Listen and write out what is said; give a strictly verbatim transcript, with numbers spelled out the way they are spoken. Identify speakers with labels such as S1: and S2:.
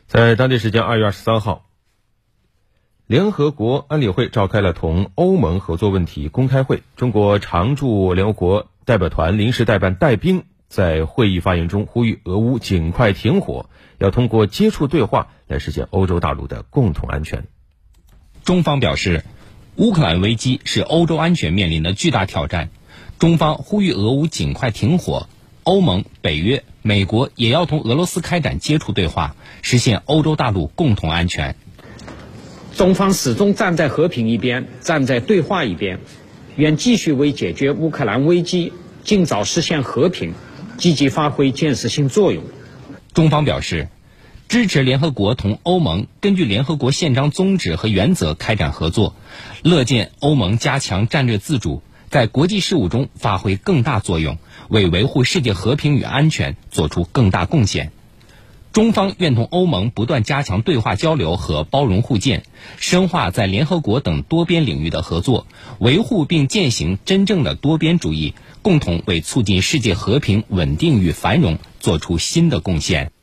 S1: 在当地时间二月二十三号，联合国安理会召开了同欧盟合作问题公开会。中国常驻联合国代表团临时代办戴兵在会议发言中呼吁俄乌尽快停火，要通过接触对话来实现欧洲大陆的共同安全。
S2: 中方表示，乌克兰危机是欧洲安全面临的巨大挑战，中方呼吁俄乌尽快停火，欧盟、北约、美国也要同俄罗斯开展接触对话，实现欧洲大陆共同安全。
S3: 中方始终站在和平一边，站在对话一边，愿继续为解决乌克兰危机、尽早实现和平，积极发挥建设性作用。
S2: 中方表示，支持联合国同欧盟根据联合国宪章宗旨和原则开展合作，乐见欧盟加强战略自主，在国际事务中发挥更大作用，为维护世界和平与安全做出更大贡献。中方愿同欧盟不断加强对话交流和包容互鉴，深化在联合国等多边领域的合作，维护并践行真正的多边主义，共同为促进世界和平稳定与繁荣做出新的贡献。